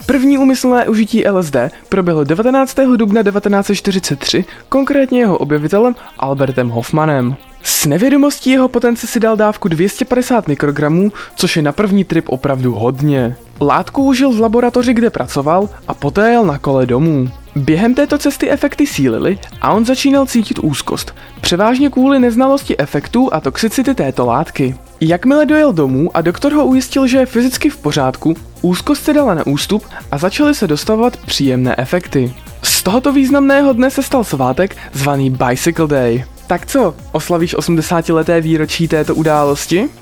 První úmyslné užití LSD proběhlo 19. dubna 1943, konkrétně jeho objevitelem Albertem Hofmannem. S nevědomostí jeho potence si dal dávku 250 mikrogramů, což je na první trip opravdu hodně. Látku užil v laboratoři, kde pracoval, a poté jel na kole domů. Během této cesty efekty sílily a on začínal cítit úzkost, převážně kvůli neznalosti efektů a toxicity této látky. Jakmile dojel domů a doktor ho ujistil, že je fyzicky v pořádku, úzkost se dala na ústup a začaly se dostavovat příjemné efekty. Z tohoto významného dne se stal svátek zvaný Bicycle Day. Tak co, oslavíš 80leté výročí této události?